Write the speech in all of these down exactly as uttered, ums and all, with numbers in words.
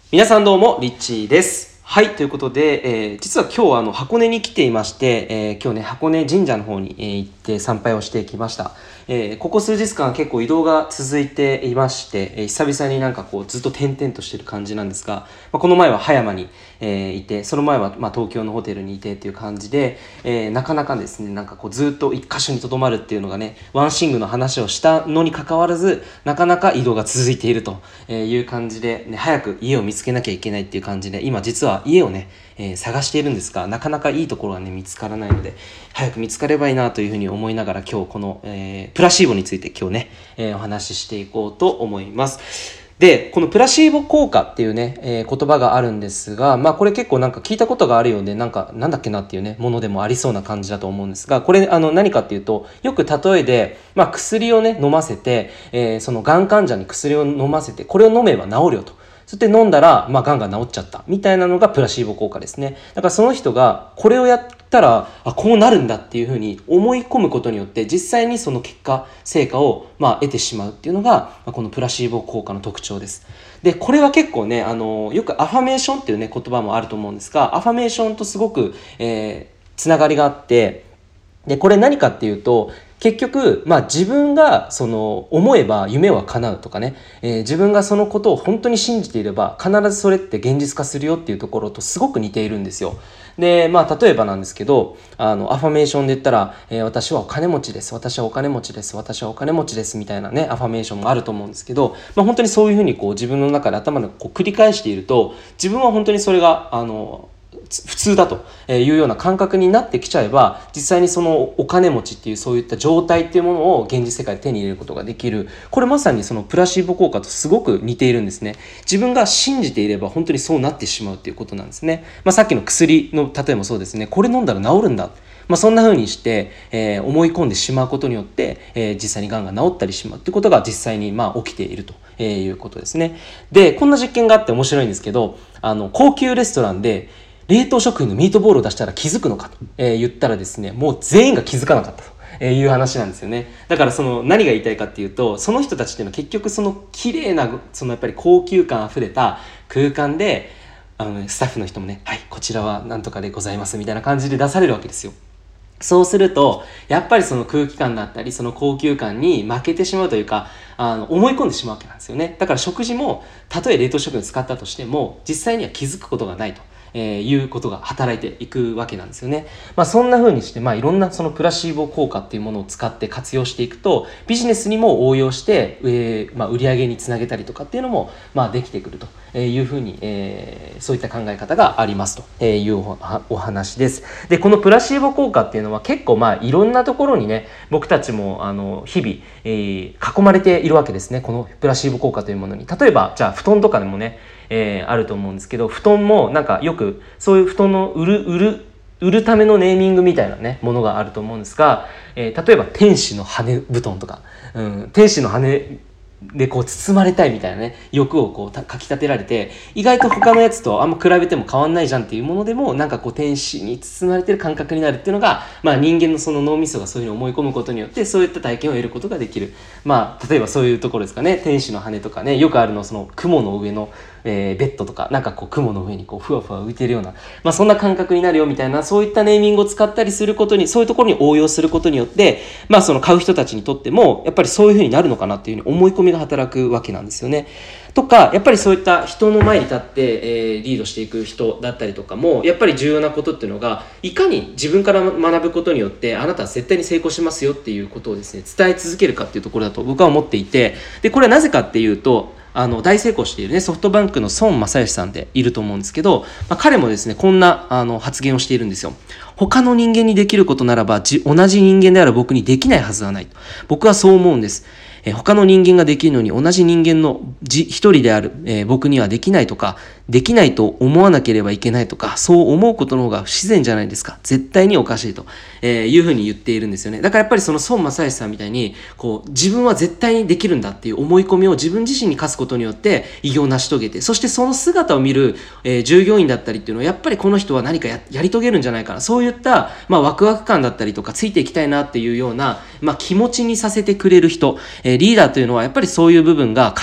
皆さんどうも、リッチーです。はい、ということで、えー、実は今日はあの箱根に来ていまして、えー、今日ね、箱根神社の方に、えー、行って参拝をしてきました。えー、ここ数日間結構移動が続いていまして、えー、久々になんかこうずっと点々としてる感じなんですが、まあ、この前は葉山に、えー、いて、その前はまあ東京のホテルにいてっていう感じで、えー、なかなかですね、なんかこうずっと一箇所に留まるっていうのがね、ワンシングの話をしたのに関わらず、なかなか移動が続いているという感じで、ね、早く家を見つけなきゃいけないっていう感じで、今実は家をね、えー、探しているんですが、なかなかいいところがね見つからないので、早く見つかればいいなというふうに思いながら、今日この、えー、プラシーボについて今日ね、えー、お話ししていこうと思います。で、このプラシーボ効果っていうね、えー、言葉があるんですが、まあこれ結構なんか聞いたことがあるようで、なんかなんだっけなっていうね、ものでもありそうな感じだと思うんですが、これあの何かっていうと、よく例えで、まあ薬をね、飲ませて、えー、そのがん患者に薬を飲ませて、これを飲めば治るよと。そして飲んだら、まあ、がんが治っちゃったみたいなのがプラシーボ効果ですね。だからその人がこれをやったら、あ、こうなるんだっていうふうに思い込むことによって、実際にその結果、成果をまあ得てしまうっていうのが、まあ、このプラシーボ効果の特徴です。で、これは結構ね、あの、よくアファメーションっていうね、言葉もあると思うんですが、アファメーションとすごく、えー、つながりがあって、で、これ何かっていうと、結局、まあ自分がその思えば夢は叶うとかね、えー、自分がそのことを本当に信じていれば必ずそれって現実化するよっていうところとすごく似ているんですよ。で、まあ例えばなんですけど、あのアファメーションで言ったら、えー、私はお金持ちです、私はお金持ちです、私はお金持ちですみたいなね、アファメーションもあると思うんですけど、まあ本当にそういうふうにこう自分の中で頭でこう繰り返していると、自分は本当にそれがあの普通だというような感覚になってきちゃえば、実際にそのお金持ちっていうそういった状態っていうものを現実世界で手に入れることができる。これまさにそのプラシーボ効果とすごく似ているんですね。自分が信じていれば本当にそうなってしまうっていうことなんですね。まあ、さっきの薬の例えもそうですね。これ飲んだら治るんだ。まあ、そんな風にして、えー、思い込んでしまうことによって、えー、実際にがんが治ったりしまうっていうことが実際にまあ起きているということですね。で、こんな実験があって面白いんですけど、あの高級レストランで冷凍食品のミートボールを出したら気づくのかと、えー、言ったらですね、もう全員が気づかなかったという話なんですよね。だからその何が言いたいかっていうと、その人たちっていうのは結局その綺麗なそのやっぱり高級感あふれた空間で、あの、ね、スタッフの人もね、はい、こちらはなんとかでございますみたいな感じで出されるわけですよ。そうすると、やっぱりその空気感だったり、その高級感に負けてしまうというか、あの、思い込んでしまうわけなんですよね。だから食事も、たとえ冷凍食品を使ったとしても、実際には気づくことがないと。えー、いうことが働いていくわけなんですよね。まあそんな風にして、まあいろんなそのプラシーボ効果っていうものを使って活用していくと、ビジネスにも応用して、えー、まあ売り上げにつなげたりとかっていうのも、まあできてくるという風に、えー、そういった考え方がありますというお話です。で、このプラシーボ効果っていうのは結構まあいろんなところにね、僕たちもあの日々、えー、囲まれているわけですね。このプラシーボ効果というものに。例えば、じゃあ布団とかでもね、えー、あると思うんですけど、布団もなんかよくそういう布団の売る売る売るためのネーミングみたいなねものがあると思うんですが、えー、例えば天使の羽布団とか、うん、天使の羽でこう包まれたいみたいなね欲をこうかき立てられて、意外と他のやつとあんま比べても変わんないじゃんっていうものでも、なんかこう天使に包まれてる感覚になるっていうのが、まあ人間のその脳みそがそういうふうに思い込むことによって、そういった体験を得ることができる。まあ例えばそういうところですかね。天使の羽とかね、よくあるのその雲の上のえー、ベッドとか、なんかこう雲の上にこうふわふわ浮いてるような、まあそんな感覚になるよみたいな、そういったネーミングを使ったりすることに、そういうところに応用することによって、まあその買う人たちにとってもやっぱりそういう風になるのかなっていうふうに思い込みが働くわけなんですよね。とか、やっぱりそういった人の前に立って、えー、リードしていく人だったりとかも、やっぱり重要なことっていうのが、いかに自分から学ぶことによってあなたは絶対に成功しますよっていうことをですね、伝え続けるかっていうところだと僕は思っていて、でこれはなぜかっていうと、あの大成功しているねソフトバンクの孫正義さんでいると思うんですけど、まあ、彼もですねこんなあの発言をしているんですよ。他の人間にできることならばじ同じ人間である僕にできないはずはない。僕はそう思うんです。え他の人間ができるのに同じ人間のじ一人である、えー、僕にはできないとか、できないと思わなければいけないとか、そう思うことの方が不自然じゃないですか。絶対におかしいと、えー、いうふうに言っているんですよね。だからやっぱりその孫正義さんみたいにこう自分は絶対にできるんだっていう思い込みを自分自身に課すことによって偉業を成し遂げて、そしてその姿を見る、えー、従業員だったりっていうのはやっぱりこの人は何か や, やり遂げるんじゃないかな、そういった、まあ、ワクワク感だったりとかついていきたいなっていうような、まあ、気持ちにさせてくれる人、えー、リーダーというのはやっぱりそういう部分がかなり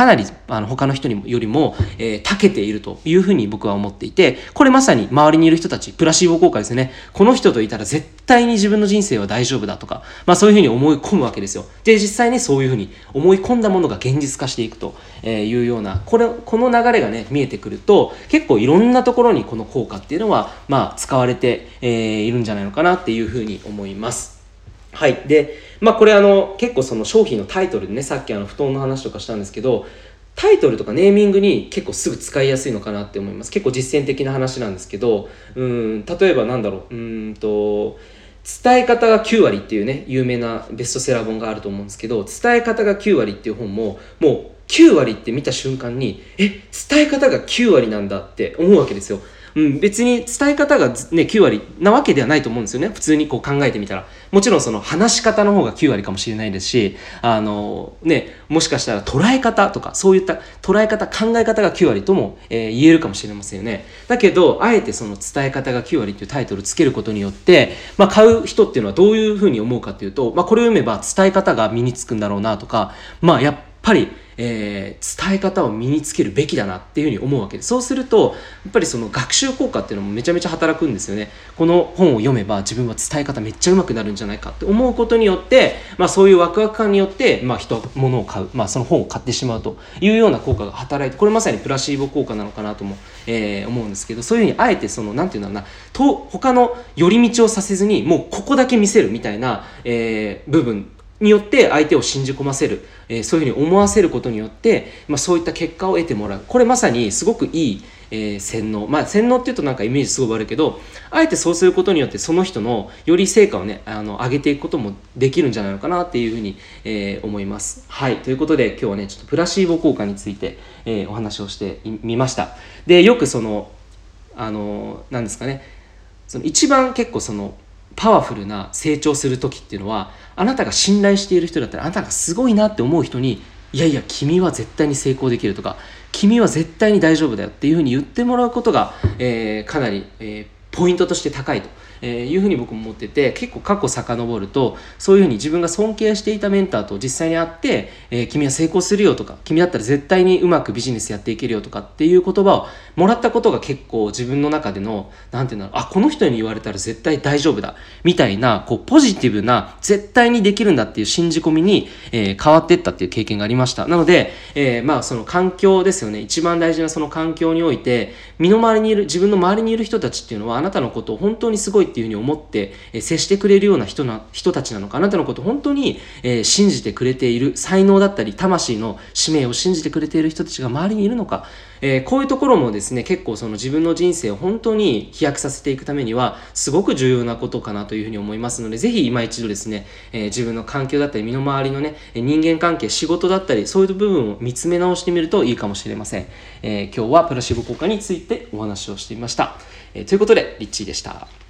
あの他の人にもよりも、えー、長けているというふうに僕は思っていて、これまさに周りにいる人たち、プラシーボ効果ですね。この人といたら絶対に自分の人生は大丈夫だとか、まあそういうふうに思い込むわけですよ。で、実際にそういうふうに思い込んだものが現実化していくというような、これ、この流れがね、見えてくると、結構いろんなところにこの効果っていうのは、まあ使われて、えー、いるんじゃないのかなっていうふうに思います。はい。で、まあこれあの、結構その商品のタイトルでね、さっきあの、布団の話とかしたんですけど、タイトルとかネーミングに結構すぐ使いやすいのかなって思います。結構実践的な話なんですけど、うん、例えばなんだろう、うんと、伝え方がきゅう割っていうね、有名なベストセラー本があると思うんですけど、伝え方がきゅう割っていう本も、もうきゅう割って見た瞬間に、え、伝え方がきゅう割なんだって思うわけですよ。うん、別に伝え方が、ね、きゅう割なわけではないと思うんですよね。普通にこう考えてみたら。もちろんその話し方の方がきゅう割かもしれないですし、あのね、もしかしたら捉え方とか、そういった捉え方、考え方がきゅう割とも、えー、言えるかもしれませんよね。だけど、あえてその伝え方がきゅう割っていうタイトルをつけることによって、まあ買う人っていうのはどういうふうに思うかっていうと、まあこれを読めば伝え方が身につくんだろうなとか、まあやっぱり、えー、伝え方を身につけるべきだなっていうふうに思うわけです。そうするとやっぱりその学習効果っていうのもめちゃめちゃ働くんですよね。この本を読めば自分は伝え方めっちゃ上手くなるんじゃないかって思うことによって、まあ、そういうワクワク感によって、まあ、人物を買う、まあ、その本を買ってしまうというような効果が働いて、これまさにプラシーボ効果なのかなとも、えー、思うんですけど、そういうふうにあえてそのなんていうんだろうなと他の寄り道をさせずにもうここだけ見せるみたいな、えー、部分によって相手を信じ込ませる、えー、そういうふうに思わせることによって、まあ、そういった結果を得てもらう。これまさにすごくいい、えー、洗脳。まあ洗脳っていうとなんかイメージすごい悪いけど、あえてそうすることによってその人のより成果をね、あの上げていくこともできるんじゃないのかなっていうふうに、えー、思います。はい。ということで今日はね、ちょっとプラシーボ効果について、えー、お話をしてみました。で、よくその、あの、なんですかね、その一番結構その、パワフルな成長する時っていうのは、あなたが信頼している人だったら、あなたがすごいなって思う人に、いやいや君は絶対に成功できるとか、君は絶対に大丈夫だよっていうふうに言ってもらうことが、えー、かなり、えー、ポイントとして高いというふうに僕も思ってて、結構過去遡るとそういうふうに自分が尊敬していたメンターと実際に会って、えー、君は成功するよとか、君だったら絶対にうまくビジネスやっていけるよとかっていう言葉をもらったことが結構自分の中でのなんていうの、あ、この人に言われたら絶対大丈夫だみたいな、こうポジティブな絶対にできるんだっていう信じ込みに、えー、変わっていったっていう経験がありました。なので、えー、まあその環境ですよね。一番大事なその環境において、身の回りにいる自分の周りにいる人たちっていうのはあなたのことを本当にすごいっていうふうに思って、えー、接してくれるような人な人たちなのか、あなたのことを本当に、えー、信じてくれている、才能だったり魂の使命を信じてくれている人たちが周りにいるのか、えー、こういうところもですね、結構その自分の人生を本当に飛躍させていくためにはすごく重要なことかなというふうに思いますので、ぜひ今一度ですね、えー、自分の環境だったり身の回りのね、人間関係、仕事だったり、そういう部分を見つめ直してみるといいかもしれません。えー、今日はプラシーボ効果についてお話をしてみました。えー、ということでリッチーでした。